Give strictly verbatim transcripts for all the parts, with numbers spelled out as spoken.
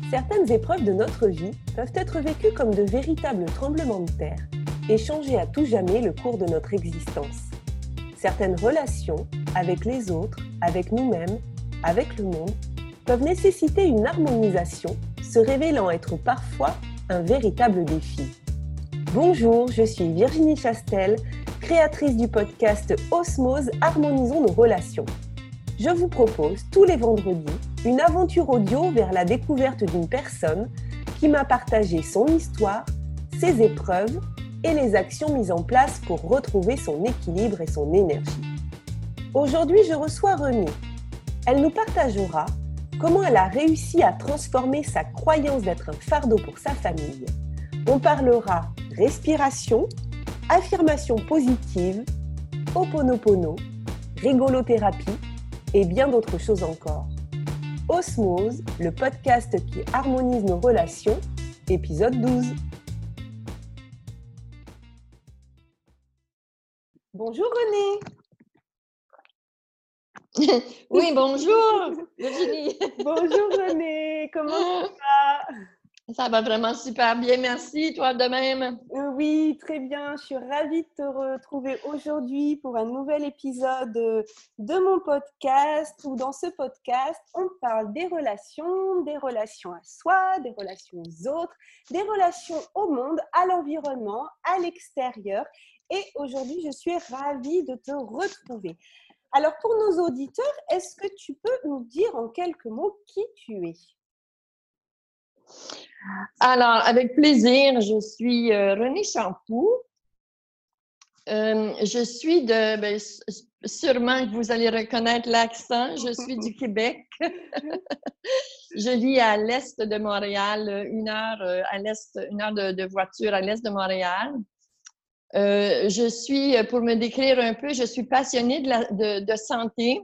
Certaines épreuves de notre vie peuvent être vécues comme de véritables tremblements de terre et changer à tout jamais le cours de notre existence. Certaines relations, avec les autres, avec nous-mêmes, avec le monde, peuvent nécessiter une harmonisation, se révélant être parfois un véritable défi. Bonjour, je suis Virginie Chastel, créatrice du podcast Osmose, harmonisons nos relations. Je vous propose tous les vendredis une aventure audio vers la découverte d'une personne qui m'a partagé son histoire, ses épreuves et les actions mises en place pour retrouver son équilibre et son énergie. Aujourd'hui, je reçois Renée. Elle nous partagera comment elle a réussi à transformer sa croyance d'être un fardeau pour sa famille. On parlera respiration, affirmation positive, Ho'oponopono, rigolothérapie et bien d'autres choses encore. Osmose, le podcast qui harmonise nos relations, épisode douze. Bonjour Renée. Oui, bonjour Virginie. Bonjour Renée, comment ça va? Ça va vraiment super bien, merci. Toi de même? Oui, très bien. Je suis ravie de te retrouver aujourd'hui pour un nouvel épisode de mon podcast où dans ce podcast, on parle des relations, des relations à soi, des relations aux autres, des relations au monde, à l'environnement, à l'extérieur. Et aujourd'hui, je suis ravie de te retrouver. Alors, pour nos auditeurs, est-ce que tu peux nous dire en quelques mots qui tu es? Alors, avec plaisir, je suis euh, Renée Champoux. Euh, je suis de, ben, sûrement que vous allez reconnaître l'accent, je suis du Québec. Je vis à l'est de Montréal, une heure à l'est, une heure de, de voiture à l'est de Montréal. Euh, je suis, pour me décrire un peu, je suis passionnée de, la, de, de santé.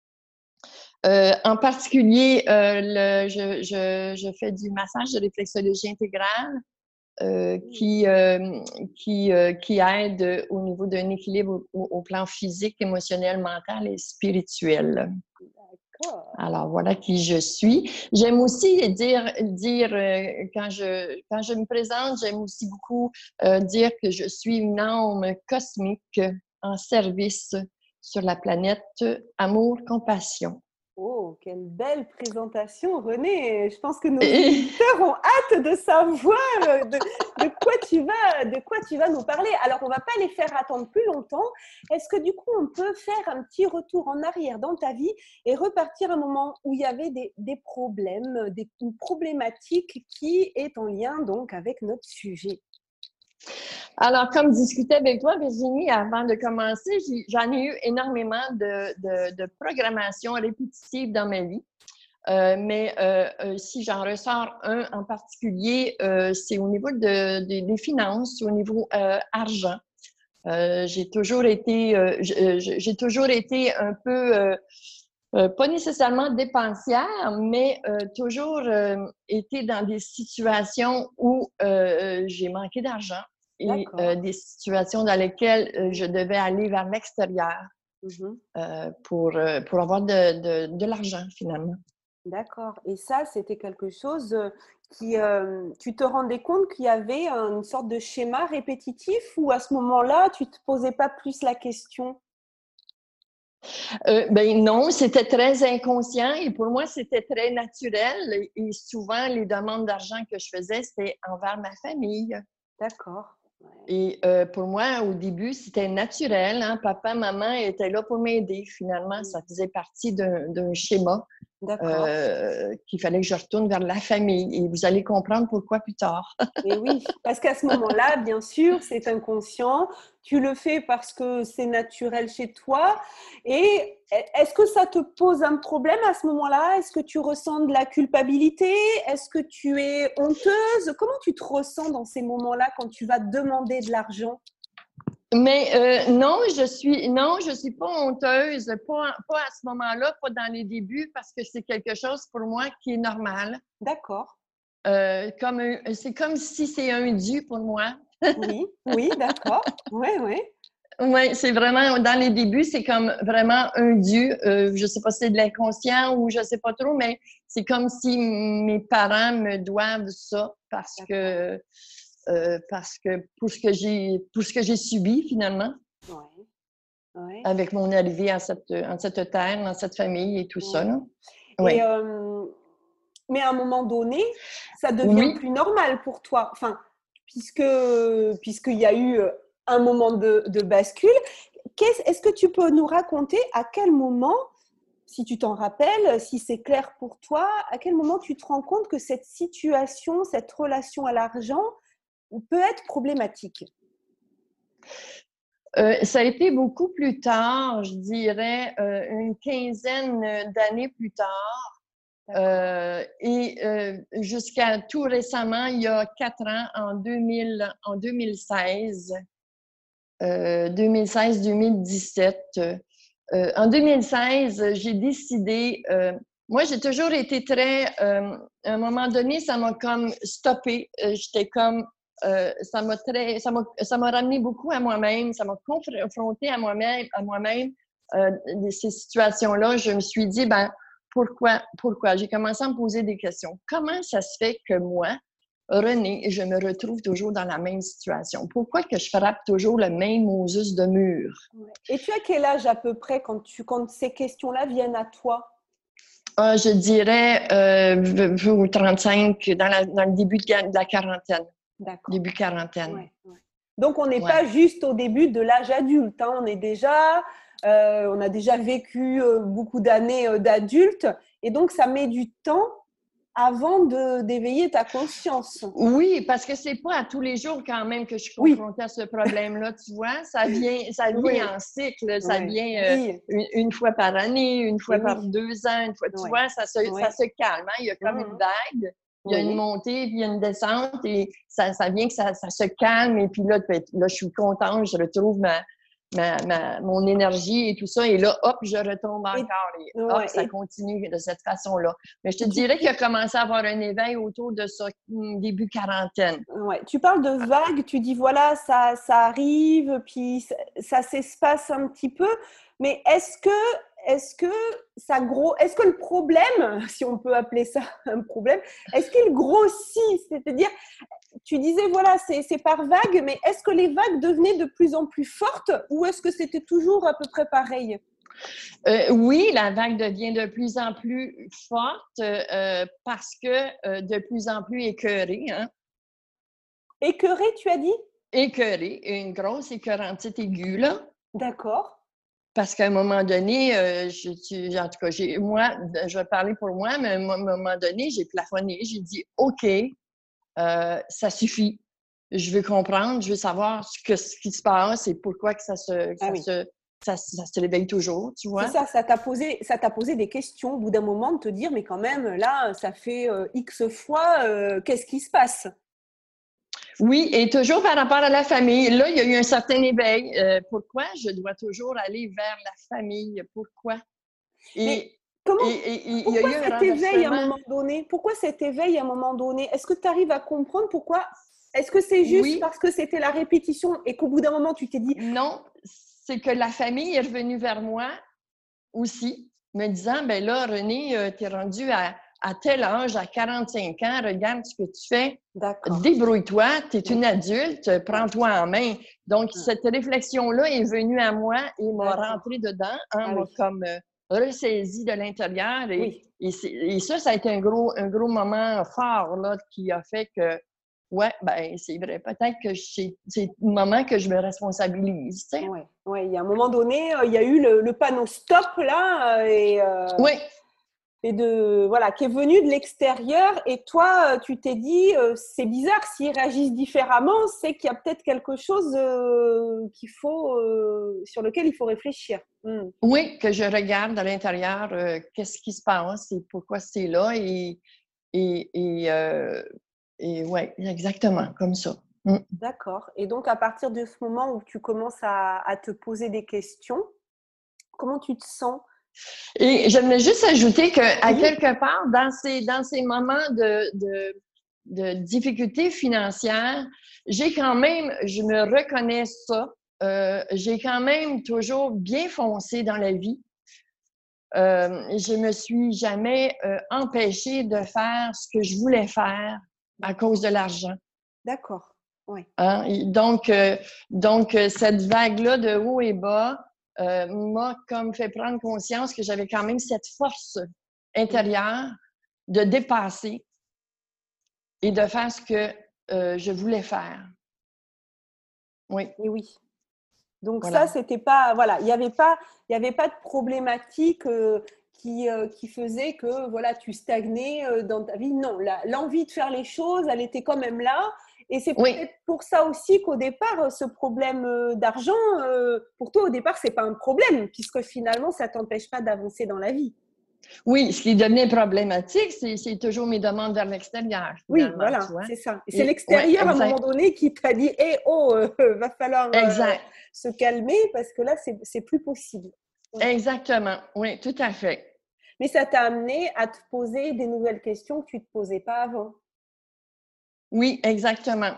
Euh, en particulier, euh, le, je, je, je fais du massage de réflexologie intégrale euh, qui, euh, qui, euh, qui aide au niveau d'un équilibre au, au plan physique, émotionnel, mental et spirituel. D'accord. Alors, voilà qui je suis. J'aime aussi dire, dire euh, quand, je, quand je me présente, j'aime aussi beaucoup euh, dire que je suis une âme cosmique en service sur la planète Amour, Compassion. Oh, quelle belle présentation, Renée. Je pense que nos auditeurs ont hâte de savoir de, de, quoi tu vas, de quoi tu vas nous parler. Alors, on ne va pas les faire attendre plus longtemps. Est-ce que du coup, on peut faire un petit retour en arrière dans ta vie et repartir à un moment où il y avait des, des problèmes, des, une problématique qui est en lien donc avec notre sujet? Alors, comme discutais avec toi, Virginie, avant de commencer, j'en ai eu énormément de, de, de programmation répétitive dans ma vie. Euh, mais euh, euh, si j'en ressors un en particulier, euh, c'est au niveau de, de, des finances, au niveau euh, argent. Euh, j'ai toujours été, euh, j'ai toujours été un peu, euh, euh, pas nécessairement dépensière, mais euh, toujours euh, été dans des situations où euh, j'ai manqué d'argent. Et euh, des situations dans lesquelles euh, je devais aller vers l'extérieur mm-hmm. euh, pour, euh, pour avoir de, de, de l'argent, finalement. D'accord. Et ça, c'était quelque chose qui… Euh, tu te rendais compte qu'il y avait une sorte de schéma répétitif ou à ce moment-là, tu ne te posais pas plus la question? Euh, ben non, c'était très inconscient et pour moi, c'était très naturel. Et souvent, les demandes d'argent que je faisais, c'était envers ma famille. D'accord. Et euh, pour moi, au début, c'était naturel. Hein? Papa, maman étaient là pour m'aider. Finalement, ça faisait partie d'un, d'un schéma euh, qu'il fallait que je retourne vers la famille. Et vous allez comprendre pourquoi plus tard. Et oui, parce qu'à ce moment-là, bien sûr, c'est inconscient. Tu le fais parce que c'est naturel chez toi. Et est-ce que ça te pose un problème à ce moment-là? Est-ce que tu ressens de la culpabilité? Est-ce que tu es honteuse? Comment tu te ressens dans ces moments-là quand tu vas demander de l'argent? Mais euh, non, je suis non, je suis pas honteuse, pas, pas à ce moment-là, pas dans les débuts, parce que c'est quelque chose pour moi qui est normal. D'accord. Euh, comme un, c'est comme si c'est un dû pour moi. Oui, oui, d'accord. Oui, oui. Oui, c'est vraiment, dans les débuts, c'est comme vraiment un dû. Euh, je sais pas si c'est de l'inconscient ou je sais pas trop, mais c'est comme si mes parents me doivent ça parce que, euh, parce que pour ce que j'ai, pour ce que j'ai subi finalement. Ouais. Ouais. Avec mon arrivée à cette, en cette terre, dans cette famille et tout Ouais. ça. Là. Et, ouais. euh, mais à un moment donné, ça devient oui. plus normal pour toi. Enfin, puisque puisqu'il y a eu un moment de, de bascule. Qu'est-ce, est-ce que tu peux nous raconter à quel moment, si tu t'en rappelles, si c'est clair pour toi, à quel moment tu te rends compte que cette situation, cette relation à l'argent peut être problématique? Euh, ça a été beaucoup plus tard, je dirais euh, une quinzaine d'années plus tard. Euh, et euh, jusqu'à tout récemment, il y a quatre ans, en, deux mille, en deux mille seize, euh, deux mille seize deux mille dix-sept. Euh, en deux mille seize, j'ai décidé, euh, moi j'ai toujours été très, euh, à un moment donné, ça m'a comme stoppé. Euh, j'étais comme, euh, ça m'a très, ça m'a, ça m'a ramené beaucoup à moi-même, ça m'a confronté à moi-même, à moi-même, euh, ces situations-là. Je me suis dit, ben, pourquoi, pourquoi? J'ai commencé à me poser des questions. Comment ça se fait que moi, Renée, je me retrouve toujours dans la même situation? Pourquoi que je frappe toujours le même Moses de mur? Et tu as quel âge à peu près quand, tu, quand ces questions-là viennent à toi? Ah, je dirais euh, trente-cinq, dans, la, dans le début de la quarantaine. D'accord. Début quarantaine. Ouais, ouais. Donc, on n'est ouais. pas juste au début de l'âge adulte. Hein. On est déjà, euh, on a déjà vécu euh, beaucoup d'années euh, d'adulte. Et donc, ça met du temps avant de, d'éveiller ta conscience. Oui, parce que c'est pas à tous les jours quand même que je suis confrontée oui. à ce problème-là, tu vois. Ça vient, ça vient oui. en cycle, ça oui. vient euh, oui. une, une fois par année, une fois Et par oui. deux ans, une fois, tu vois, ça se, ça se calme. Hein? Il y a comme mmh. une vague, il y a une montée, puis il y a une descente, et ça, ça vient que ça, ça se calme, et puis là, là, je suis contente, je retrouve ma, Ma, ma, mon énergie et tout ça. Et là, hop, je retombe encore. Et, et hop, ouais, ça et... continue de cette façon-là. Mais je te dirais qu'il a commencé à avoir un éveil autour de ça, début quarantaine. Ouais. Tu parles de vagues, tu dis voilà, ça, ça arrive, puis ça, ça s'espace un petit peu. Mais est-ce que, est-ce que ça gros, est-ce que le problème, si on peut appeler ça un problème, est-ce qu'il grossit? C'est-à-dire, tu disais, voilà, c'est, c'est par vague, mais est-ce que les vagues devenaient de plus en plus fortes ou est-ce que c'était toujours à peu près pareil? Euh, oui, la vague devient de plus en plus forte euh, parce que euh, de plus en plus écœurée. Hein? Écœurée, tu as dit? Écœurée, une grosse écœurantite aiguë, là. D'accord. Parce qu'à un moment donné, euh, je, je, en tout cas, j'ai, moi, je vais parler pour moi, mais à un moment donné, j'ai plafonné. J'ai dit, OK, euh, ça suffit. Je veux comprendre, je veux savoir ce, que, ce qui se passe et pourquoi que ça se, ah ça, oui. se, ça, ça se réveille toujours, tu vois. C'est ça, ça t'a posé, ça t'a posé des questions au bout d'un moment de te dire, mais quand même, là, ça fait euh, X fois, euh, qu'est-ce qui se passe? Oui, et toujours par rapport à la famille. Là, il y a eu un certain éveil. Euh, pourquoi je dois toujours aller vers la famille? Pourquoi? Et, mais comment, et, et, et, pourquoi il y a eu cet éveil à un moment donné? Pourquoi cet éveil à un moment donné? Est-ce que tu arrives à comprendre pourquoi? Est-ce que c'est juste oui. parce que c'était la répétition et qu'au bout d'un moment, tu t'es dit… Non, c'est que la famille est revenue vers moi aussi, me disant, ben là, Renée, euh, tu es rendue à… à tel âge, à quarante-cinq ans, regarde ce que tu fais, D'accord. débrouille-toi, tu es une adulte, prends-toi en main. Donc, ouais. cette réflexion-là est venue à moi et m'a D'accord. rentrée dedans, hein, ah, m'a oui. comme euh, ressaisie de l'intérieur. Et, oui. et, et ça, ça a été un gros, un gros moment fort là, qui a fait que, ouais, ben c'est vrai, peut-être que c'est un moment que je me responsabilise. Oui, ouais, il y a un moment donné, il y a eu le, le panneau stop là, et… Euh... Oui. Et de, voilà, qui est venu de l'extérieur et toi, tu t'es dit, euh, c'est bizarre, s'ils réagissent différemment, c'est qu'il y a peut-être quelque chose euh, qu'il faut, euh, sur lequel il faut réfléchir. Mm. Oui, que je regarde à l'intérieur, euh, qu'est-ce qui se passe et pourquoi c'est là et, et, et, euh, et ouais, exactement, comme ça. Mm. D'accord. Et donc, à partir de ce moment où tu commences à, à te poser des questions, comment tu te sens? Et j'aimerais juste ajouter qu'à oui. quelque part, dans ces, dans ces moments de, de, de difficultés financières, j'ai quand même, je me reconnais ça, euh, j'ai quand même toujours bien foncé dans la vie. Euh, je me suis jamais euh, empêchée de faire ce que je voulais faire à cause de l'argent. D'accord, oui. Hein? Donc, euh, donc, cette vague-là de haut et bas euh, m'a comme fait prendre conscience que j'avais quand même cette force intérieure de dépasser et de faire ce que euh, je voulais faire. Oui. Et oui. Donc voilà. ça, c'était pas, voilà, il n'y avait pas, il y avait pas de problématique euh, qui, euh, qui faisait que, voilà, tu stagnais euh, dans ta vie. Non, la, l'envie de faire les choses, elle était quand même là. Et c'est oui. peut-être pour ça aussi qu'au départ, ce problème euh, d'argent, euh, pour toi, au départ, c'est pas un problème, puisque finalement, ça t'empêche pas d'avancer dans la vie. Oui, ce qui devenait problématique, c'est, c'est toujours mes demandes vers l'extérieur. Oui, voilà, c'est ça. Et c'est Et, l'extérieur, ouais, à un moment donné, qui t'a dit « Eh oh, euh, va falloir euh, se calmer parce que là, c'est, c'est plus possible. » Exactement, oui, tout à fait. Mais ça t'a amené à te poser des nouvelles questions que tu ne te posais pas avant. Oui, exactement.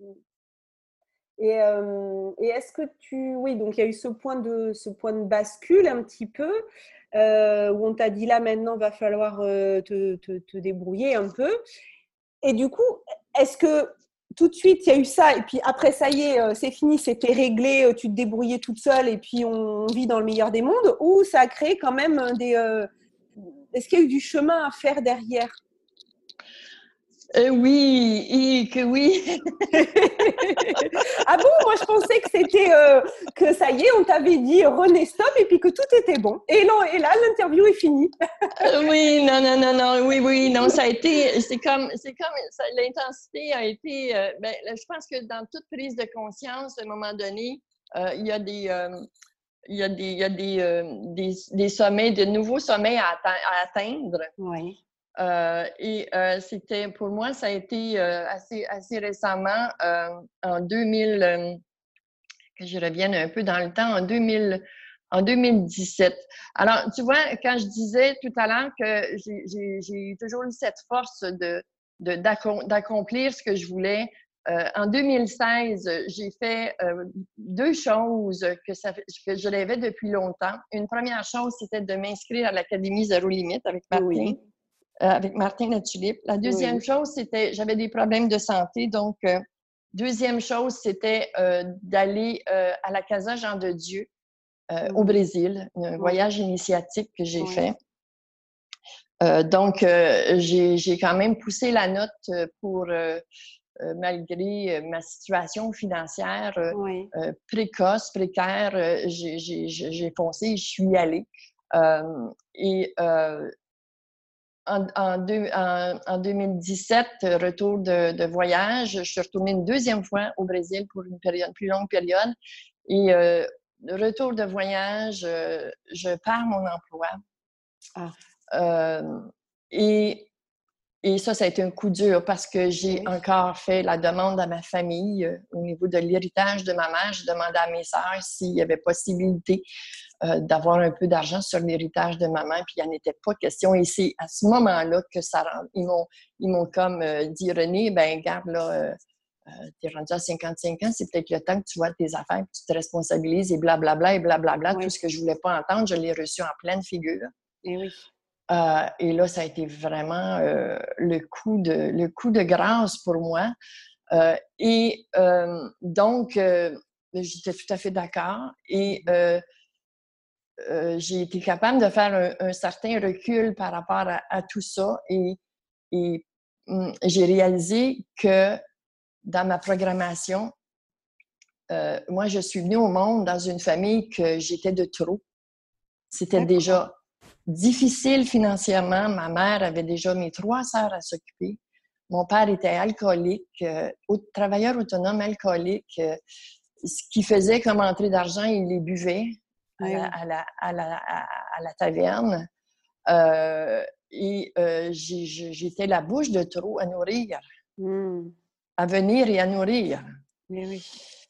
Et, euh, et est-ce que tu... Oui, donc il y a eu ce point de, ce point de bascule un petit peu, euh, où on t'a dit là, maintenant, va falloir euh, te, te, te débrouiller un peu. Et du coup, est-ce que tout de suite, il y a eu ça, et puis après, ça y est, c'est fini, c'était réglé, tu te débrouillais toute seule, et puis on vit dans le meilleur des mondes, ou ça a créé quand même des... Euh, est-ce qu'il y a eu du chemin à faire derrière? Euh, oui, et que oui. Ah bon, moi je pensais que c'était euh, que ça y est, on t'avait dit René stop et puis que tout était bon. Et, non, et là, l'interview est finie. Oui, non, non, non, non, oui, oui, non, ça a été, c'est comme, c'est comme, ça, l'intensité a été, euh, ben, je pense que dans toute prise de conscience, à un moment donné, euh, il y a des, euh, il y a des, il y a des, euh, des, des sommets, de nouveaux sommets à, atte- à atteindre. Oui. Euh, et euh, c'était, pour moi, ça a été euh, assez, assez récemment, euh, en deux mille, euh, que je revienne un peu dans le temps, en deux mille, en deux mille dix-sept. Alors, tu vois, quand je disais tout à l'heure que j'ai, j'ai, j'ai toujours eu cette force de, de, d'accomplir ce que je voulais, euh, en deux mille seize, j'ai fait euh, deux choses que, ça, que je rêvais depuis longtemps. Une première chose, c'était de m'inscrire à l'Académie Zéro Limite avec Martin. Oui. Euh, avec Martin Latulippe. La deuxième oui. chose, c'était, j'avais des problèmes de santé, donc euh, deuxième chose, c'était euh, d'aller euh, à la Casa Jean de Dieu euh, oui. au Brésil, un oui. voyage initiatique que j'ai oui. fait. Euh, donc, euh, j'ai, j'ai quand même poussé la note pour, euh, euh, malgré ma situation financière euh, oui. euh, précoce, précaire, euh, j'ai, j'ai, j'ai foncé, je suis allée. Euh, et euh, En, en, deux, en, en deux mille dix-sept, retour de, de voyage, je suis retournée une deuxième fois au Brésil pour une période, plus longue période. Et euh, retour de voyage, euh, je perds mon emploi. Ah. Euh, et, et ça, ça a été un coup dur parce que j'ai oui. encore fait la demande à ma famille euh, au niveau de l'héritage de ma mère. J'ai demandé à mes sœurs s'il y avait possibilité Euh, d'avoir un peu d'argent sur l'héritage de maman, puis il n'y en était pas question. Et c'est à ce moment-là que ça rentre. Ils m'ont, ils m'ont comme euh, dit, René, ben garde, là, euh, euh, t'es rendu à cinquante-cinq ans, c'est peut-être le temps que tu vois tes affaires, que tu te responsabilises, et blablabla, et blablabla. Oui. Tout ce que je ne voulais pas entendre, je l'ai reçu en pleine figure. Et oui. Euh, et là, ça a été vraiment euh, le coup de, le coup de grâce pour moi. Euh, et euh, donc, euh, j'étais tout à fait d'accord. Et euh, Euh, j'ai été capable de faire un, un certain recul par rapport à, à tout ça et, et hum, j'ai réalisé que dans ma programmation, euh, moi, je suis venue au monde dans une famille que j'étais de trop. C'était D'accord. déjà difficile financièrement. Ma mère avait déjà mes trois sœurs à s'occuper. Mon père était alcoolique, euh, travailleur autonome alcoolique, euh, ce qui faisait comme entrée d'argent, il les buvait. À la, à, la, à, la, à la taverne. Euh, et euh, j'ai, j'étais la bouche de trop à nourrir, mm. à venir et à nourrir. Mais oui.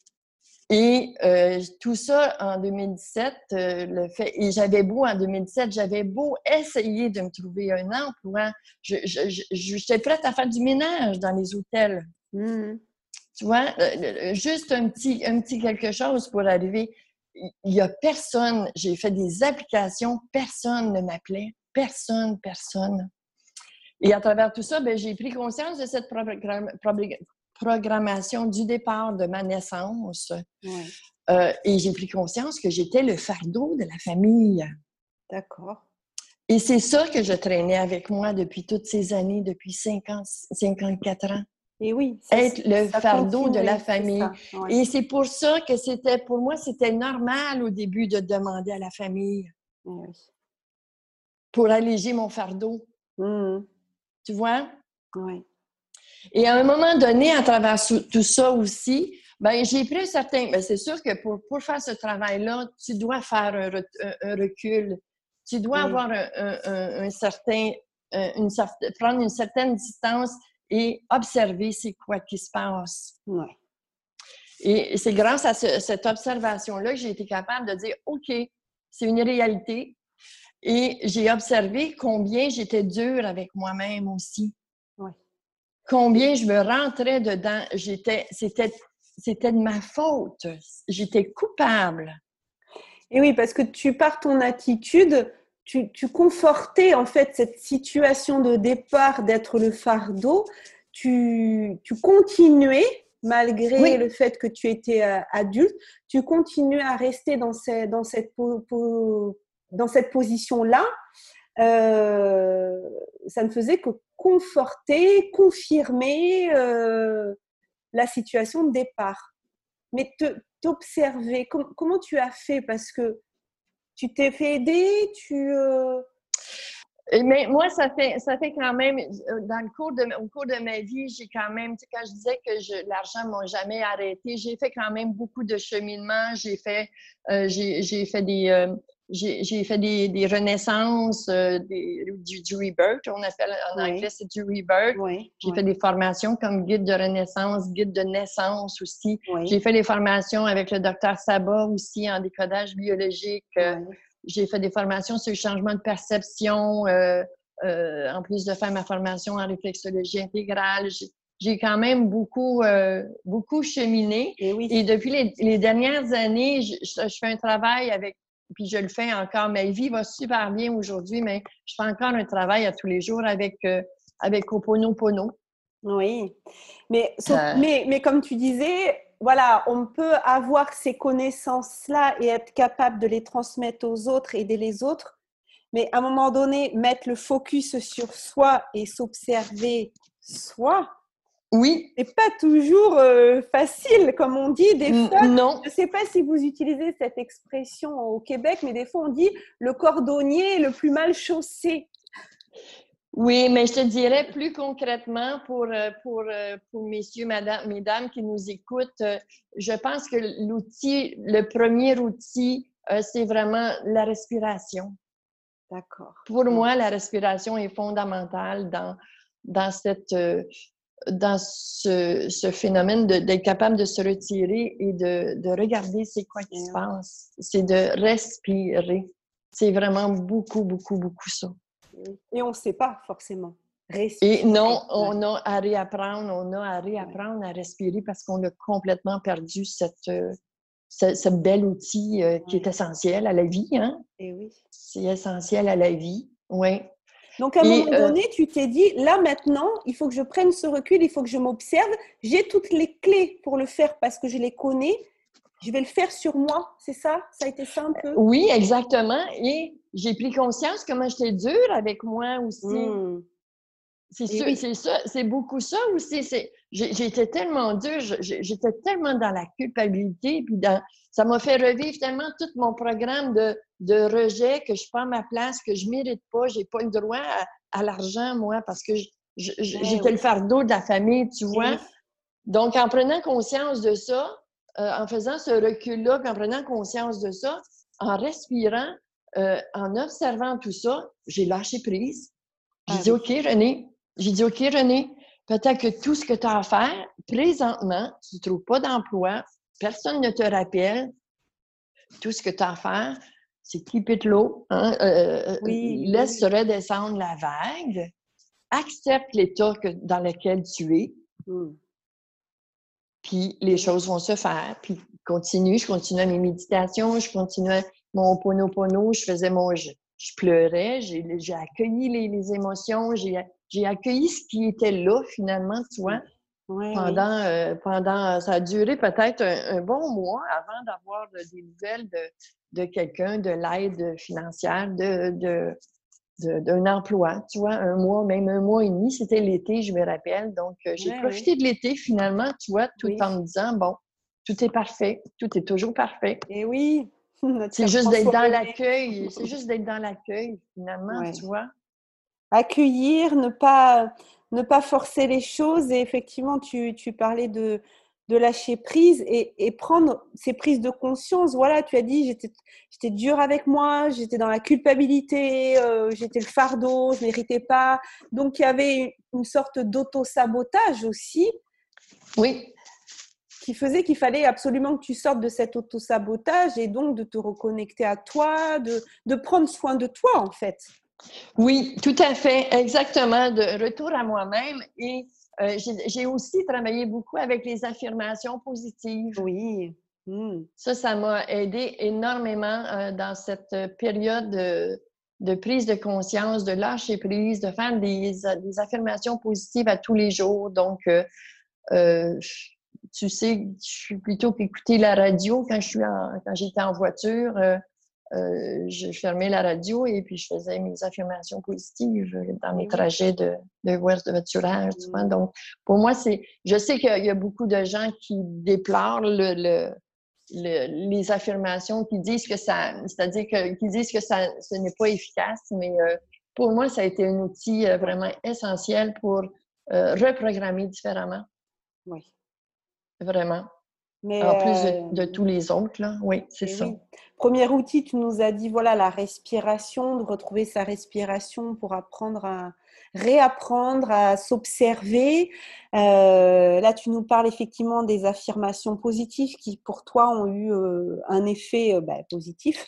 Et euh, tout ça en deux mille dix-sept, euh, le fait, et j'avais beau en deux mille dix-sept, j'avais beau essayer de me trouver un emploi, je, je, je, j'étais prête à faire du ménage dans les hôtels. Mm. Tu vois, euh, juste un petit, un petit quelque chose pour arriver. Il n'y a personne, j'ai fait des applications, personne ne m'appelait. Personne, personne. Et à travers tout ça, ben, j'ai pris conscience de cette programme, programmation du départ de ma naissance. Ouais. Euh, et j'ai pris conscience que j'étais le fardeau de la famille. D'accord. Et c'est ça que je traînais avec moi depuis toutes ces années, depuis cinquante, cinquante-quatre ans. Et oui, ça, être le fardeau continue, de la famille. C'est ouais. Et c'est pour ça que c'était, pour moi, c'était normal au début de demander à la famille oui. pour alléger mon fardeau. Mmh. Tu vois? Oui. Et à un moment donné, à travers tout ça aussi, ben j'ai pris un certain... Ben c'est sûr que pour, pour faire ce travail-là, tu dois faire un, re, un, un recul. Tu dois oui. avoir un, un, un certain... Une, prendre une certaine distance et observer c'est quoi qui se passe. Oui. Et c'est grâce à ce, cette observation-là que j'ai été capable de dire, OK, c'est une réalité. Et j'ai observé combien j'étais dure avec moi-même aussi. Oui. Combien je me rentrais dedans. J'étais, c'était, c'était de ma faute. J'étais coupable. Et oui, parce que tu, par ton attitude, tu, tu confortais en fait cette situation de départ d'être le fardeau. Tu, tu continuais, malgré oui. le fait que tu étais euh, adulte, tu continuais à rester dans, ces, dans, cette, po, po, dans cette position-là. Euh, ça ne faisait que conforter, confirmer euh, la situation de départ. Mais te, t'observer, com- comment tu as fait? Parce que tu t'es fait aider, tu... Euh... Mais moi, ça fait, ça fait quand même, dans le cours de, au cours de ma vie, j'ai quand même, tu sais, quand je disais que je, l'argent ne m'a jamais arrêté, j'ai fait quand même beaucoup de cheminement. J'ai fait, euh, j'ai, j'ai fait des, euh, j'ai, j'ai fait des, des renaissances, euh, des, du, du rebirth, on appelle en oui. anglais, c'est du rebirth. Oui. J'ai oui. fait des formations comme guide de renaissance, guide de naissance aussi. Oui. J'ai fait des formations avec le docteur Sabat aussi en décodage biologique. Oui. J'ai fait des formations sur le changement de perception, euh, euh, en plus de faire ma formation en réflexologie intégrale. J'ai, j'ai quand même beaucoup, euh, beaucoup cheminé. Et, oui. Et depuis les, les dernières années, je, je, je fais un travail avec, puis je le fais encore. Ma vie va super bien aujourd'hui, mais je fais encore un travail à tous les jours avec, euh, avec Ho'oponopono. Oui, mais, euh... mais, mais comme tu disais, voilà, on peut avoir ces connaissances-là et être capable de les transmettre aux autres, aider les autres, mais à un moment donné, mettre le focus sur soi et s'observer soi, oui, c'est pas toujours euh, facile, comme on dit. Des fois, non. Je ne sais pas si vous utilisez cette expression au Québec, mais des fois on dit le cordonnier est le plus mal chaussé. Oui, mais je te dirais plus concrètement pour, pour, pour messieurs, madame, mesdames qui nous écoutent, je pense que l'outil, le premier outil, c'est vraiment la respiration. D'accord. Pour moi, la respiration est fondamentale dans, dans, cette, dans ce, ce phénomène de, d'être capable de se retirer et de, de regarder c'est quoi qui se passe. C'est de respirer. C'est vraiment beaucoup, beaucoup, beaucoup ça. Et on ne sait pas forcément respirer. Et non, on a à réapprendre, on a à réapprendre à respirer parce qu'on a complètement perdu cette, ce, ce bel outil euh, qui ouais. est essentiel à la vie. Hein? Et oui. C'est essentiel à la vie, oui. Donc, à un Et, moment donné, euh, tu t'es dit, là, maintenant, il faut que je prenne ce recul, il faut que je m'observe. J'ai toutes les clés pour le faire parce que je les connais. Je vais le faire sur moi, c'est ça? Ça a été ça un peu? Oui, exactement. Et j'ai pris conscience comment j'étais dure avec moi aussi. Mmh. C'est, sûr, oui. c'est ça, c'est beaucoup ça aussi. C'est, j'ai, j'étais tellement dure, j'étais tellement dans la culpabilité, puis dans, ça m'a fait revivre tellement tout mon programme de, de rejet, que je prends ma place, que je ne mérite pas, je n'ai pas le droit à, à l'argent, moi, parce que je, je, je, ouais, j'étais oui. le fardeau de la famille, tu vois. Oui. Donc, en prenant conscience de ça, Euh, en faisant ce recul-là, puis en prenant conscience de ça, en respirant, euh, en observant tout ça, j'ai lâché prise. J'ai ah, dit, oui. OK, René, j'ai dit, OK, René, peut-être que tout ce que tu as à faire, présentement, tu ne trouves pas d'emploi, personne ne te rappelle, tout ce que tu as à faire, c'est keep it low, hein? euh, oui, laisse oui. redescendre la vague, accepte l'état que, dans lequel tu es, mm. puis les choses vont se faire. Puis continue, je continuais mes méditations, je continuais mon Ho'oponopono, je faisais mon... Je, je pleurais, j'ai, j'ai accueilli les, les émotions, j'ai, j'ai accueilli ce qui était là, finalement, tu vois. Ouais, Pendant, oui. euh, pendant, ça a duré peut-être un, un bon mois avant d'avoir de, des nouvelles de, de quelqu'un, de l'aide financière, de, de, de, d'un emploi, tu vois, un mois, même un mois et demi, c'était l'été, je me rappelle. Donc, euh, j'ai Ouais, profité ouais. de l'été, finalement, tu vois, tout Oui. en me disant, bon, tout est parfait, tout est toujours parfait. Et oui, notre C'est cœur juste d'être dans transformé. l'accueil, c'est juste d'être dans l'accueil, finalement, Ouais. tu vois. Accueillir, ne pas, ne pas forcer les choses. Et effectivement, tu, tu parlais de, de lâcher prise et, et prendre ces prises de conscience. Voilà, tu as dit, j'étais, j'étais dure avec moi, j'étais dans la culpabilité, euh, j'étais le fardeau, je ne méritais pas. Donc, il y avait une, une sorte d'auto-sabotage aussi Oui. qui faisait qu'il fallait absolument que tu sortes de cet auto-sabotage et donc de te reconnecter à toi, de, de prendre soin de toi, en fait. Oui, tout à fait, exactement, de retour à moi-même. Et euh, j'ai, j'ai aussi travaillé beaucoup avec les affirmations positives. Oui. Mmh. Ça, ça m'a aidé énormément euh, dans cette période de, de prise de conscience, de lâcher prise, de faire des, des affirmations positives à tous les jours. Donc, euh, euh, tu sais, je suis plutôt qu'écouter la radio quand je suis en, quand j'étais en voiture. Euh, Euh, je fermais la radio et puis je faisais mes affirmations positives dans mes Et oui. trajets de, de voiturage. Tu vois. Mmh. Donc, pour moi, c'est. Je sais qu'il y a beaucoup de gens qui déplorent le, le, le, les affirmations, qui disent que ça. C'est-à-dire que, qui disent que ça, ce n'est pas efficace, mais euh, pour moi, ça a été un outil euh, vraiment essentiel pour euh, reprogrammer différemment. Oui. Vraiment. Mais En plus de, euh, de tous les autres, là. Oui, c'est et ça. oui. Premier outil, tu nous as dit, voilà, la respiration, de retrouver sa respiration pour apprendre à réapprendre à s'observer. Euh, là, tu nous parles effectivement des affirmations positives qui, pour toi, ont eu euh, un effet euh, bah, positif.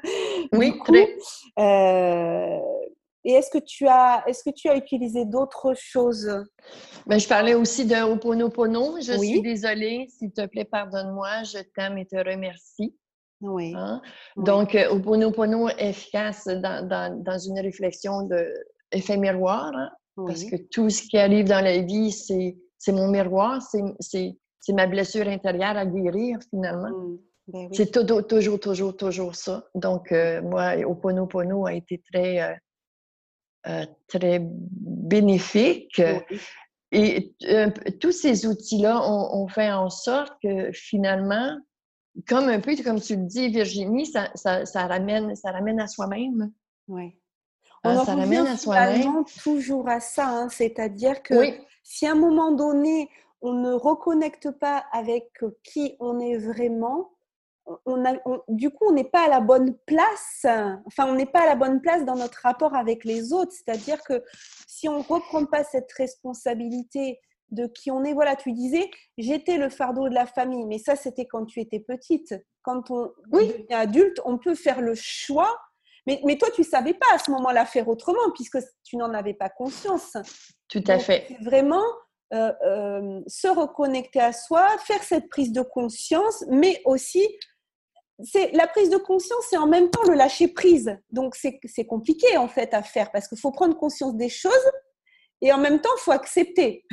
Du Oui, coup, très. euh, et est-ce que tu as, est-ce que tu as utilisé d'autres choses? Ben, je parlais aussi de Ho'oponopono. Je suis Oui, désolée, s'il te plaît, pardonne-moi, je t'aime et te remercie. oui, Hein? oui, Donc, euh, Ho'oponopono est efficace dans, dans, dans une réflexion de effet miroir, hein? Parce que oui. tout ce qui arrive dans la vie, c'est, c'est mon miroir, c'est, c'est, c'est ma blessure intérieure à guérir, finalement. Mm. Ben C'est oui. toujours, toujours, toujours, toujours ça. Donc, euh, moi, Ho'oponopono a été très, euh, euh, très bénéfique. Oui. Et euh, tous ces outils-là ont, ont fait en sorte que finalement, comme un peu comme tu le dis, Virginie, ça, ça, ça ramène, ça ramène à soi-même. Ouais. On Hein, en ça ramène revient à soi-même. finalement toujours à ça, hein, c'est-à-dire que Oui, si à un moment donné, on ne reconnecte pas avec qui on est vraiment, on a, on- du coup, on n'est pas à la bonne place, enfin, on n'est pas à la bonne place dans notre rapport avec les autres, c'est-à-dire que si on ne reprend pas cette responsabilité de qui on est, voilà, tu disais, j'étais le fardeau de la famille, mais ça, c'était quand tu étais petite. Quand on oui, devient adulte, on peut faire le choix. Mais, mais toi, tu ne savais pas à ce moment-là faire autrement, puisque tu n'en avais pas conscience. tout à Donc, fait. c'est vraiment euh, euh, se reconnecter à soi, faire cette prise de conscience, mais aussi, c'est, la prise de conscience, c'est en même temps le lâcher prise. Donc, c'est, c'est compliqué, en fait, à faire, parce qu'il faut prendre conscience des choses, et en même temps, il faut accepter.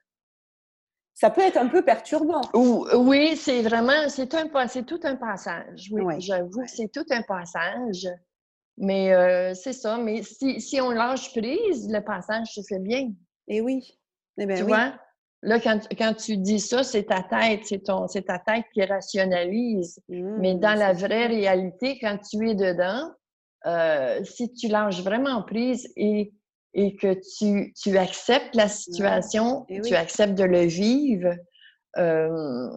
Ça peut être un peu perturbant. Ou- Oui, c'est vraiment, c'est un, pas- c'est tout un passage. Oui, Ouais, j'avoue que ouais. c'est tout un passage. Mais euh, c'est ça. Mais si, si on lâche prise, le passage se fait bien. Et oui. Eh bien Tu oui. vois? Là, quand, quand tu dis ça, c'est ta tête, c'est ton, c'est ta tête qui rationalise. Mais Mmh, dans la c'est vraie sûr. réalité, quand tu es dedans, euh, si tu lâches vraiment prise et, et que tu, tu acceptes la Ouais. situation, Et tu oui. acceptes de le vivre, euh,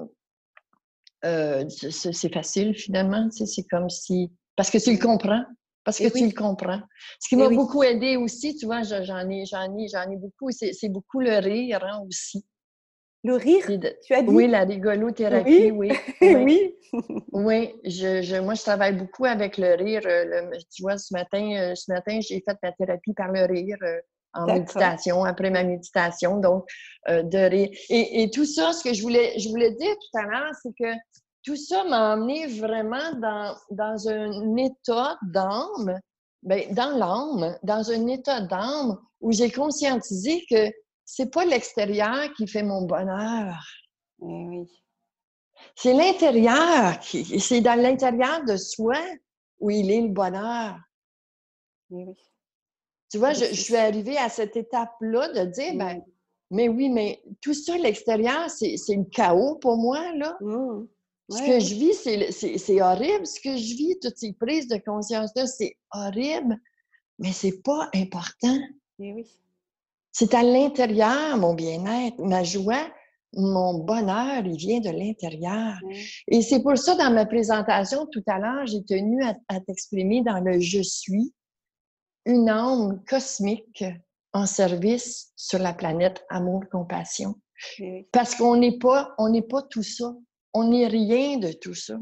euh, c'est c'est facile finalement. Tu sais, c'est comme si... Parce que tu le Ouais. comprends. Parce que Et tu le oui. comprends. Ce qui Et m'a oui. beaucoup aidé aussi, tu vois, je- j'en ai, j'en ai, j'en ai beaucoup, c'est c'est beaucoup le rire hein, aussi. Le rire, C'est de- tu as Oui, dit? la rigolothérapie, Oui. oui, oui. Oui. Oui, je, je, moi, je travaille beaucoup avec le rire. euh, le- tu vois, ce matin, euh, ce matin, j'ai fait ma thérapie par le rire. euh, en méditation, après ma méditation. Donc, euh, de ré... et, et tout ça, ce que je voulais, je voulais dire tout à l'heure, c'est que tout ça m'a emmené vraiment dans, dans un état d'âme, ben, dans l'âme, dans un état d'âme où j'ai conscientisé que c'est pas l'extérieur qui fait mon bonheur. Eh oui. C'est l'intérieur, qui, c'est dans l'intérieur de soi où il est le bonheur. Eh oui. Tu vois, je, je suis arrivée à cette étape-là de dire, ben, mmh. mais oui, mais tout ça, l'extérieur, c'est, c'est le chaos pour moi, là. Mmh. Ce Ouais, que ouais. je vis, c'est, c'est, c'est horrible. Ce que je vis, toutes ces prises de conscience-là, c'est horrible, mais c'est pas important. Eh oui. C'est à l'intérieur, mon bien-être, ma joie, mon bonheur, il vient de l'intérieur. Ouais. Et c'est pour ça, dans ma présentation tout à l'heure, j'ai tenu à, à t'exprimer dans le « je suis », une âme cosmique en service sur la planète amour-compassion. Eh oui. Parce qu'on n'est pas, on n'est pas tout ça. On n'est rien de tout ça.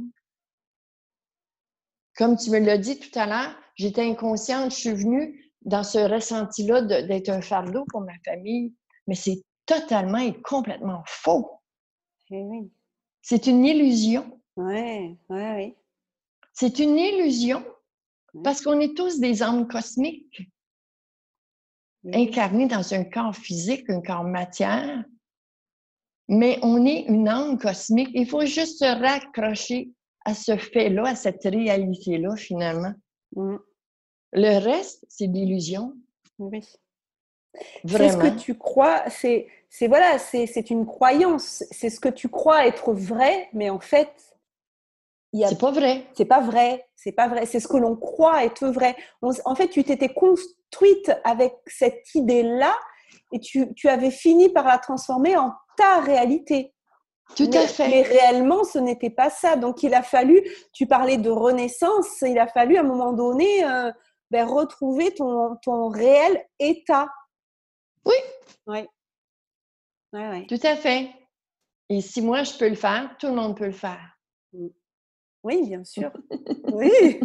Comme tu me l'as dit tout à l'heure, j'étais inconsciente, je suis venue dans ce ressenti-là de, d'être un fardeau pour ma famille, mais c'est totalement et complètement faux. Eh oui. C'est une illusion. Ouais, ouais, oui. C'est une illusion parce qu'on est tous des âmes cosmiques Eh oui. incarnées dans un corps physique, un corps matière, mais on est une âme cosmique. Il faut juste se raccrocher à ce fait-là, à cette réalité-là, finalement. Mmh. Le reste, c'est de l'illusion. Oui. Vraiment. C'est ce que tu crois, c'est, c'est voilà, c'est, c'est une croyance, c'est ce que tu crois être vrai, mais en fait, il y a, c'est pas vrai. C'est pas vrai, c'est pas vrai, c'est ce que l'on croit être vrai. On, en fait, tu t'étais construite avec cette idée-là et tu, tu avais fini par la transformer en ta réalité. Tout mais, à fait. Mais réellement, ce n'était pas ça. Donc, il a fallu, tu parlais de renaissance, il a fallu à un moment donné euh, ben, retrouver ton, ton réel état. Oui. Oui. Ouais, ouais. Tout à fait. Et si moi, je peux le faire, tout le monde peut le faire. Oui, bien sûr. Oui.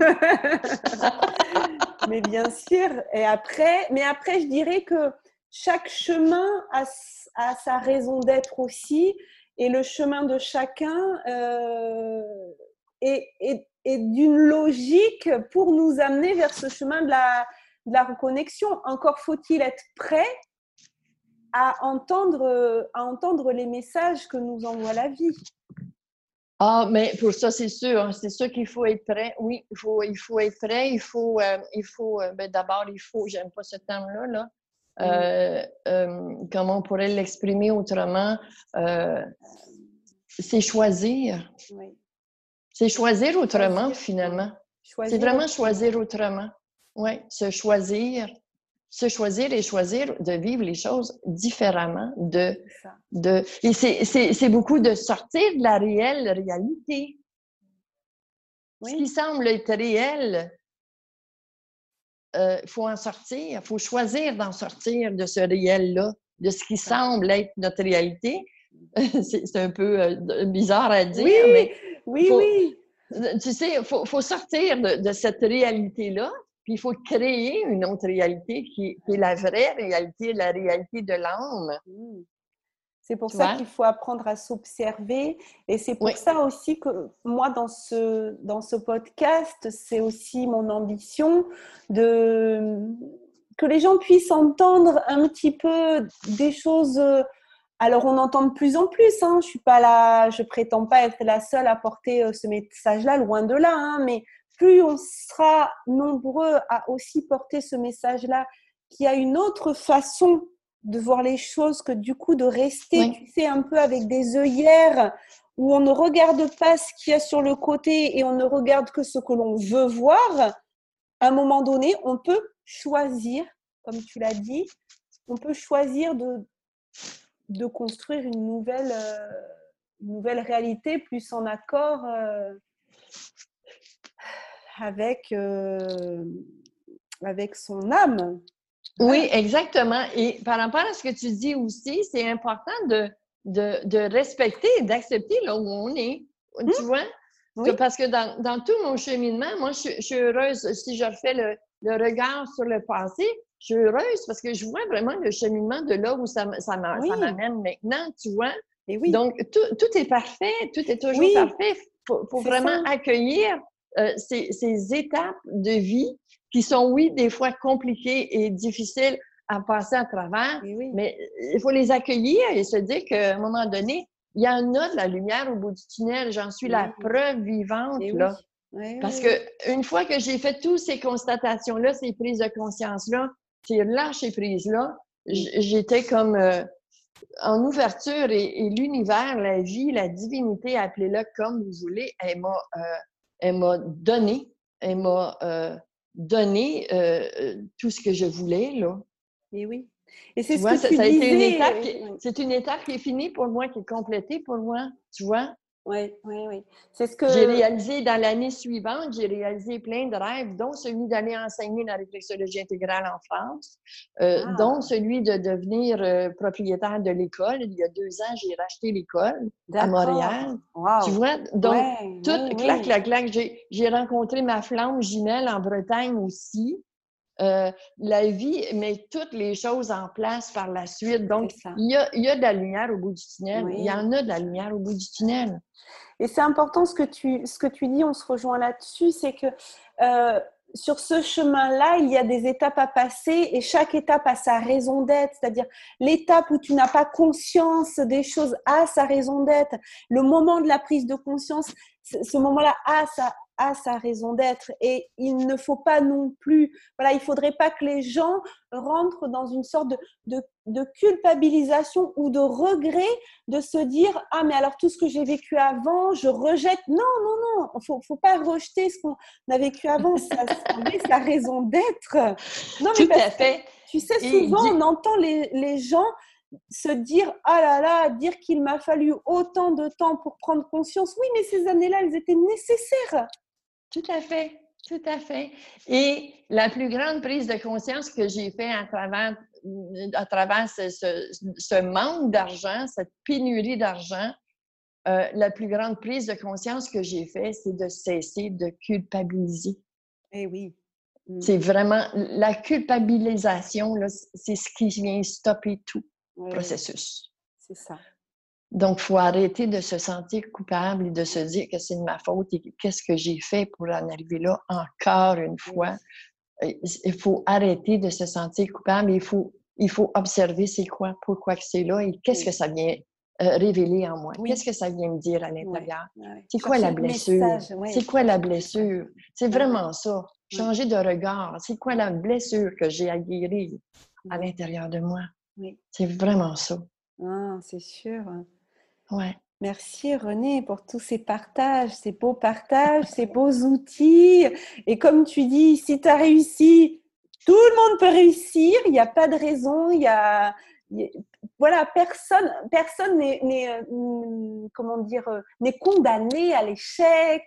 Mais bien sûr. Et après, mais après, je dirais que chaque chemin a, a sa raison d'être aussi. Et le chemin de chacun euh, est, est, est d'une logique pour nous amener vers ce chemin de la, de la reconnexion. Encore faut-il être prêt à entendre, à entendre les messages que nous envoie la vie. Ah, mais pour ça, c'est sûr. C'est sûr qu'il faut être prêt. Oui, il faut, il faut être prêt. Il faut, euh, il faut euh, ben, d'abord, il faut, j'aime pas ce terme-là, là. Euh, euh, comment on pourrait l'exprimer autrement? Euh, c'est choisir. Oui. C'est choisir autrement, choisir, finalement. Choisir c'est vraiment autrement. choisir autrement. Oui, se choisir. Se choisir et choisir de vivre les choses différemment. De, de, et c'est, c'est, c'est beaucoup de sortir de la réelle réalité. Oui. Ce qui semble être réel, il euh, faut en sortir. Il faut choisir d'en sortir de ce réel-là, de ce qui semble être notre réalité. c'est, c'est un peu euh, bizarre à dire, oui, mais oui, faut, oui. Tu sais, il faut, faut sortir de, de cette réalité-là, puis il faut créer une autre réalité qui, qui est la vraie réalité, la réalité de l'âme. C'est pour tu ça vois? qu'il faut apprendre à s'observer. Et c'est pour oui. ça aussi que moi, dans ce, dans ce podcast, c'est aussi mon ambition de, que les gens puissent entendre un petit peu des choses. Alors, on entend de plus en plus. Hein. Je suis pas là, je prétends pas être la seule à porter ce message-là, loin de là. Hein. Mais plus on sera nombreux à aussi porter ce message-là, qu'il y a une autre façon de voir les choses que du coup de rester, oui. tu sais, un peu avec des œillères où on ne regarde pas ce qu'il y a sur le côté et on ne regarde que ce que l'on veut voir. À un moment donné, on peut choisir, comme tu l'as dit, on peut choisir de, de construire une nouvelle, euh, une nouvelle réalité plus en accord euh, avec, euh, avec son âme. Oui, exactement. Et par rapport à ce que tu dis aussi, c'est important de, de, de respecter et d'accepter là où on est. Mmh. Tu vois? Oui. Parce que dans, dans tout mon cheminement, moi, je, je suis heureuse, si je refais le, le regard sur le passé, je suis heureuse parce que je vois vraiment le cheminement de là où ça, ça, m'a- Oui. ça m'amène maintenant, tu vois. Et oui. Donc, tout, tout est parfait, tout est toujours Oui. parfait. Il faut, faut C'est vraiment ça. accueillir euh, ces, ces étapes de vie qui sont, oui, des fois compliquées et difficiles à passer à travers, Et oui. mais il faut les accueillir et se dire qu'à un moment donné, il y en a de la lumière au bout du tunnel. J'en suis la Oui. preuve vivante, Et là. oui. Oui, Parce oui, que une fois que j'ai fait toutes ces constatations-là, ces prises de conscience-là, ces lâcher-prises-là, j- j'étais comme euh, en ouverture et, et l'univers, la vie, la divinité, appelez-le comme vous voulez, elle m'a, euh, elle m'a donné, elle m'a euh, donné euh, euh, tout ce que je voulais, là. Et oui. Et c'est Tu ce vois, que ça, tu ça a été une disais. étape, qui, Oui. c'est une étape qui est finie pour moi, qui est complétée pour moi, tu vois. Oui, oui, oui. C'est ce J'ai que. réalisé dans l'année suivante, j'ai réalisé plein de rêves, dont celui d'aller enseigner la réflexologie intégrale en France, euh, Ah. dont celui de devenir euh, propriétaire de l'école. Il y a deux ans, j'ai racheté l'école à Montréal. Wow. Tu vois, donc, Ouais, tout, oui, clac, oui. clac, clac. J'ai, j'ai rencontré ma flamme jumelle en Bretagne aussi. Euh, la vie met toutes les choses en place par la suite. Donc, C'est ça. il y a, il y a de la lumière au bout du tunnel. Oui. Il y en a de la lumière au bout du tunnel. Et c'est important ce que tu, ce que tu dis, on se rejoint là-dessus, c'est que euh, sur ce chemin-là, il y a des étapes à passer et chaque étape a sa raison d'être, c'est-à-dire l'étape où tu n'as pas conscience des choses a sa raison d'être, le moment de la prise de conscience, ce moment-là a sa, a sa raison d'être et il ne faut pas non plus, voilà, il faudrait pas que les gens rentrent dans une sorte de, de, de culpabilisation ou de regret de se dire « Ah, mais alors tout ce que j'ai vécu avant, je rejette. » Non, non, non, il ne faut, faut pas rejeter ce qu'on a vécu avant, ça avait sa raison d'être. Non, mais Tout parce à fait. que, tu sais, Et souvent, di- on entend les, les gens se dire « Ah là là, dire qu'il m'a fallu autant de temps pour prendre conscience. » Oui, mais ces années-là, elles étaient nécessaires. Tout à fait, tout à fait. Et la plus grande prise de conscience que j'ai fait à travers, à travers ce, ce, ce manque d'argent, cette pénurie d'argent, euh, la plus grande prise de conscience que j'ai fait, c'est de cesser de culpabiliser. Eh oui. C'est vraiment la culpabilisation, là, c'est ce qui vient stopper tout Oui, processus. c'est ça. Donc, il faut arrêter de se sentir coupable et de se dire que c'est de ma faute et qu'est-ce que j'ai fait pour en arriver là encore une fois. Il faut arrêter de se sentir coupable. Il faut, il faut observer c'est quoi, pourquoi que c'est là et qu'est-ce que ça vient euh, révéler en moi. Oui. Qu'est-ce que ça vient me dire à l'intérieur? Ouais, ouais. C'est quoi la Chercher le blessure? message, ouais. C'est quoi la blessure? C'est Ouais. vraiment ça. Changer de regard. C'est quoi la blessure que j'ai à guérir à Ouais. l'intérieur de moi? Oui. C'est vraiment ça. Ah, c'est sûr. Ouais. Merci Renée pour tous ces partages, ces beaux partages, ces beaux outils. Et comme tu dis, si tu as réussi, tout le monde peut réussir. Il n'y a pas de raison. Il y a, il y a voilà, personne, personne n'est, n'est euh, comment dire, euh, n'est condamné à l'échec.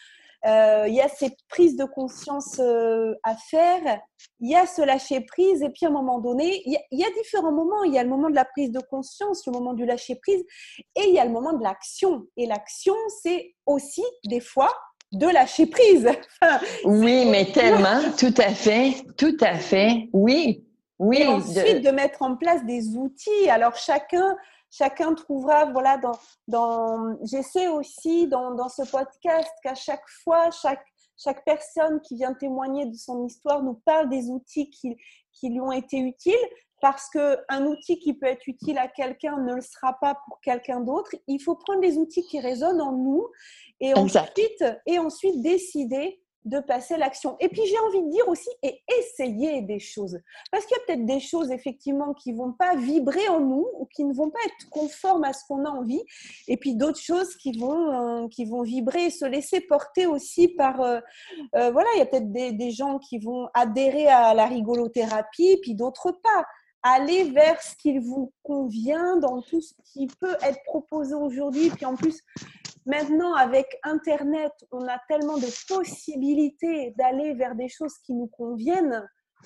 Euh, il y a ces prises de conscience euh, à faire, il y a ce lâcher prise et puis à un moment donné, il y, a, il y a différents moments. Il y a le moment de la prise de conscience, le moment du lâcher prise et il y a le moment de l'action. Et l'action, c'est aussi des fois de lâcher prise. Enfin, oui, mais tellement, tout à fait, tout à fait, oui, oui. Et ensuite, de... de mettre en place des outils. Alors, chacun... Chacun trouvera, voilà, dans, dans, j'essaie aussi dans, dans ce podcast qu'à chaque fois, chaque, chaque personne qui vient témoigner de son histoire nous parle des outils qui, qui lui ont été utiles, parce qu'un outil qui peut être utile à quelqu'un ne le sera pas pour quelqu'un d'autre. Il faut prendre les outils qui résonnent en nous et ensuite, et ensuite décider de passer à l'action. Et puis, j'ai envie de dire aussi, et essayer des choses. Parce qu'il y a peut-être des choses, effectivement, qui ne vont pas vibrer en nous ou qui ne vont pas être conformes à ce qu'on a envie. Et puis, d'autres choses qui vont, euh, qui vont vibrer et se laisser porter aussi par... Euh, euh, voilà, il y a peut-être des, des gens qui vont adhérer à la rigolothérapie, puis d'autres pas. Aller vers ce qui vous convient dans tout ce qui peut être proposé aujourd'hui. Puis en plus... Maintenant, avec Internet, on a tellement de possibilités d'aller vers des choses qui nous conviennent.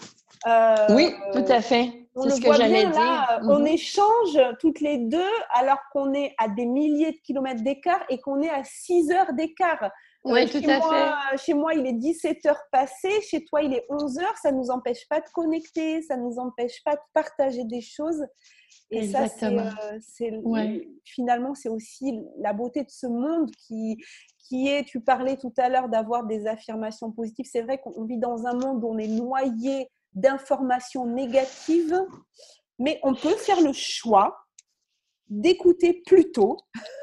Euh, oui, tout à fait. On c'est le ce voit que j'allais bien, dire. Là, mm-hmm. On échange toutes les deux alors qu'on est à des milliers de kilomètres d'écart et qu'on est à six heures d'écart. Oui, Euh, tout chez à moi, fait. chez moi, il est dix-sept heures passées, chez toi, il est onze heures. Ça ne nous empêche pas de connecter, ça ne nous empêche pas de partager des choses. Et ça, c'est, Exactement. euh, c'est Oui. finalement, c'est aussi la beauté de ce monde qui, qui est, tu parlais tout à l'heure d'avoir des affirmations positives. C'est vrai qu'on vit dans un monde où on est noyé d'informations négatives, mais on peut faire le choix d'écouter plutôt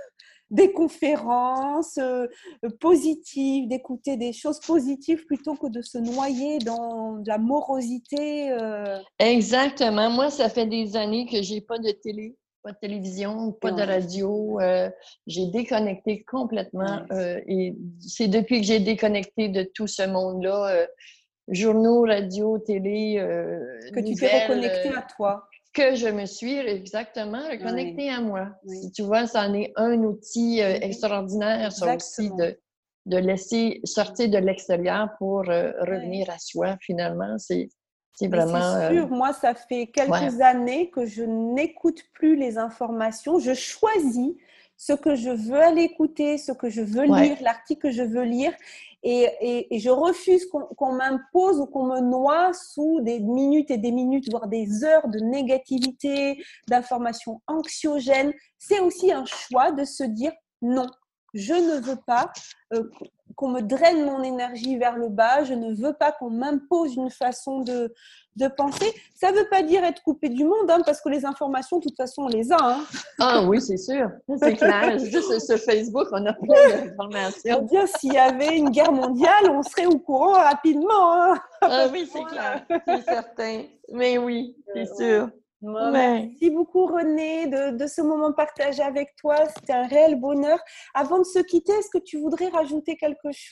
des conférences euh, positives, d'écouter des choses positives plutôt que de se noyer dans de la morosité. Euh... Exactement. Moi, ça fait des années que j'ai pas de télé, pas de télévision, pas de Ouais. radio. Euh, j'ai déconnecté complètement. Ouais. Euh, et c'est depuis que j'ai déconnecté de tout ce monde-là, euh, journaux, radio, télé, euh, Que tu t'es nouvelles, reconnecté euh, à toi. que je me suis exactement Ouais. reconnectée à moi. Oui. Si tu vois, ça en est un outil euh, Oui. extraordinaire, ça aussi, Exactement. de, de laisser sortir de l'extérieur pour euh, revenir Ouais. à soi, finalement. C'est, c'est Mais vraiment... c'est euh, sûr, moi, ça fait ouais. quelques années que je n'écoute plus les informations. Je choisis ce que je veux aller écouter, ce que je veux Ouais. lire, l'article que je veux lire. Et, et, et je refuse qu'on, qu'on m'impose ou qu'on me noie sous des minutes et des minutes, voire des heures de négativité, d'informations anxiogènes. C'est aussi un choix de se dire non, je ne veux pas euh, qu'on me draine mon énergie vers le bas, je ne veux pas qu'on m'impose une façon de, de penser. Ça ne veut pas dire être coupé du monde, hein, parce que les informations, de toute façon, on les a. Hein. Ah oui, c'est sûr, c'est clair. Juste sur Facebook, on a plein d'informations. Bien, s'il y avait une guerre mondiale, on serait au courant rapidement. Hein. Ah oui, c'est clair, c'est certain. Mais oui, c'est sûr. Bon, Mais... merci beaucoup Renée de, de ce moment partagé avec toi. C'était un réel bonheur. Avant de se quitter, est-ce que tu voudrais rajouter quelque chose ?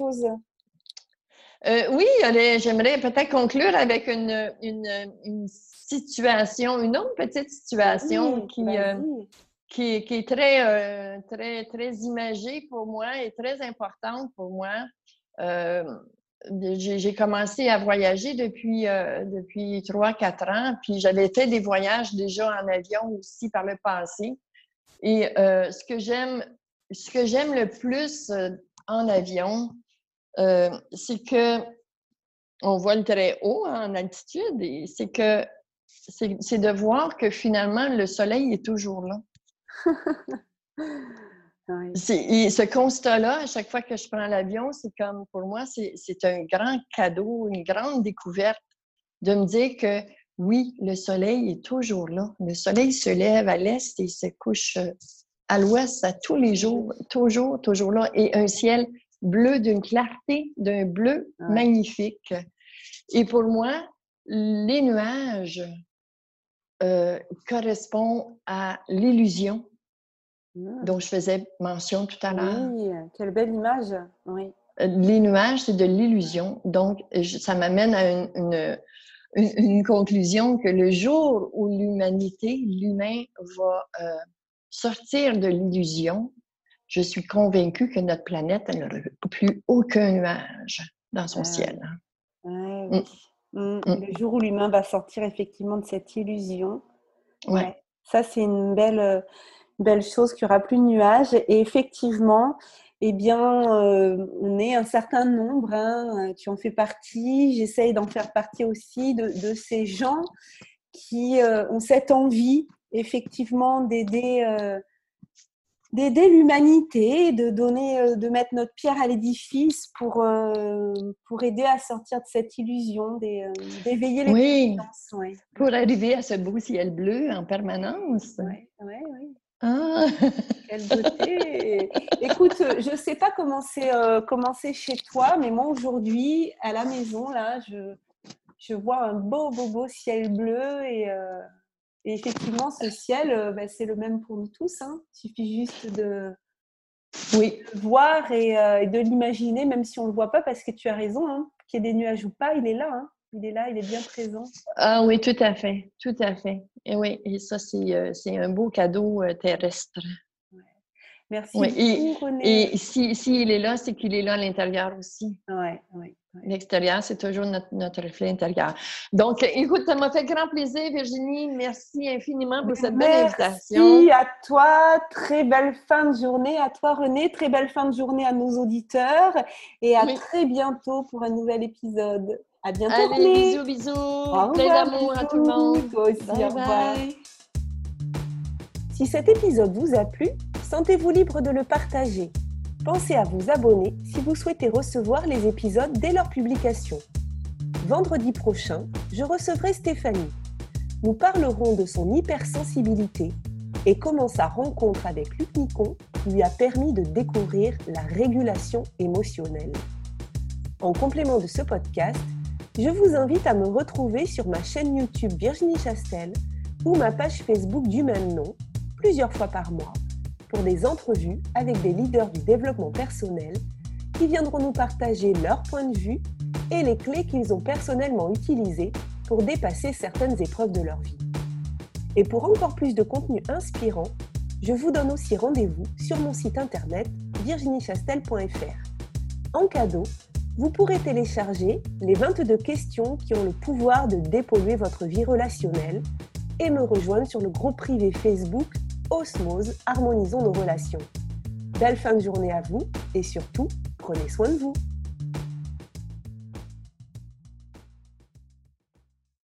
Euh, oui, allez, j'aimerais peut-être conclure avec une, une, une situation, une autre petite situation Oui, qui, euh, qui, qui est très, euh, très, très imagée pour moi et très importante pour moi. Euh, j'ai, j'ai commencé à voyager depuis, euh, depuis trois quatre ans, puis j'avais fait des voyages déjà en avion aussi par le passé. Et euh, ce que j'aime, ce que j'aime le plus euh, en avion, euh, c'est que on vole très haut hein, en altitude et c'est que c'est, c'est de voir que finalement le soleil est toujours là. Oui. C'est, et ce constat-là, à chaque fois que je prends l'avion, c'est comme pour moi, c'est, c'est un grand cadeau, une grande découverte de me dire que oui, le soleil est toujours là. Le soleil se lève à l'est et se couche à l'ouest à tous les jours, toujours, toujours là. Et un ciel bleu d'une clarté, d'un bleu Ouais. magnifique. Et pour moi, les nuages euh, correspondent à l'illusion Mmh. dont je faisais mention tout à l'heure. Oui, quelle belle image. Oui. Les nuages, c'est de l'illusion. Donc, je, ça m'amène à une, une, une, une conclusion que le jour où l'humanité, l'humain, va euh, sortir de l'illusion, je suis convaincue que notre planète elle n'aura plus aucun nuage dans son Ah, ciel. ouais, oui. Mm. Mmh. Mm. Le jour où l'humain va sortir effectivement de cette illusion. Ouais. Ouais. Ça, c'est une belle, belle chose qu'il n'y aura plus de nuages. Et effectivement, eh bien, euh, on est un certain nombre, hein, tu en fais partie, j'essaye d'en faire partie aussi, de, de ces gens qui euh, ont cette envie, effectivement, d'aider, euh, d'aider l'humanité, de donner, euh, de mettre notre pierre à l'édifice pour, euh, pour aider à sortir de cette illusion, d'é- d'éveiller les Oui, consciences. Ouais. pour arriver à ce beau ciel bleu en permanence. Ouais, ouais, ouais. Ah! Quelle beauté! Écoute, je ne sais pas comment c'est, euh, comment c'est chez toi, mais moi aujourd'hui, à la maison, là, je, je vois un beau, beau, beau ciel bleu et, euh, et effectivement, ce ciel, euh, bah, c'est le même pour nous tous. Hein. Il suffit juste de, Oui, de le voir et, euh, et de l'imaginer, même si on ne le voit pas, parce que tu as raison, hein, qu'il y ait des nuages ou pas, il est là. Hein. Il est là, il est bien présent. ah oui, tout à fait, tout à fait. Et oui, et ça, c'est, euh, c'est un beau cadeau euh, terrestre. Ouais. Merci Oui, beaucoup, et, René. et si, s'il est là, c'est qu'il est là à l'intérieur aussi. Ouais, ouais. L'extérieur, c'est toujours notre, notre reflet intérieur. Donc, écoute, ça m'a fait grand plaisir, Virginie. Merci infiniment pour cette belle invitation. Merci à toi. Très belle fin de journée à toi, René. Très belle fin de journée à nos auditeurs. Et à oui. très bientôt pour un nouvel épisode. À bientôt, Allez, René. bisous, bisous. Plein d'amour à tout le monde. Toi aussi, bye, au revoir. Bye. Si cet épisode vous a plu, sentez-vous libre de le partager. Pensez à vous abonner si vous souhaitez recevoir les épisodes dès leur publication. Vendredi prochain, je recevrai Stéphanie. Nous parlerons de son hypersensibilité et comment sa rencontre avec Luc Nicon lui a permis de découvrir la régulation émotionnelle. En complément de ce podcast, je vous invite à me retrouver sur ma chaîne YouTube Virginie Chastel ou ma page Facebook du même nom, plusieurs fois par mois, pour des entrevues avec des leaders du développement personnel qui viendront nous partager leur point de vue et les clés qu'ils ont personnellement utilisées pour dépasser certaines épreuves de leur vie. Et pour encore plus de contenu inspirant, je vous donne aussi rendez-vous sur mon site internet virginie chastel point f r. En cadeau, vous pourrez télécharger les vingt-deux questions qui ont le pouvoir de dépolluer votre vie relationnelle et me rejoindre sur le groupe privé Facebook Osmose, harmonisons nos relations. Belle fin de journée à vous et surtout, prenez soin de vous.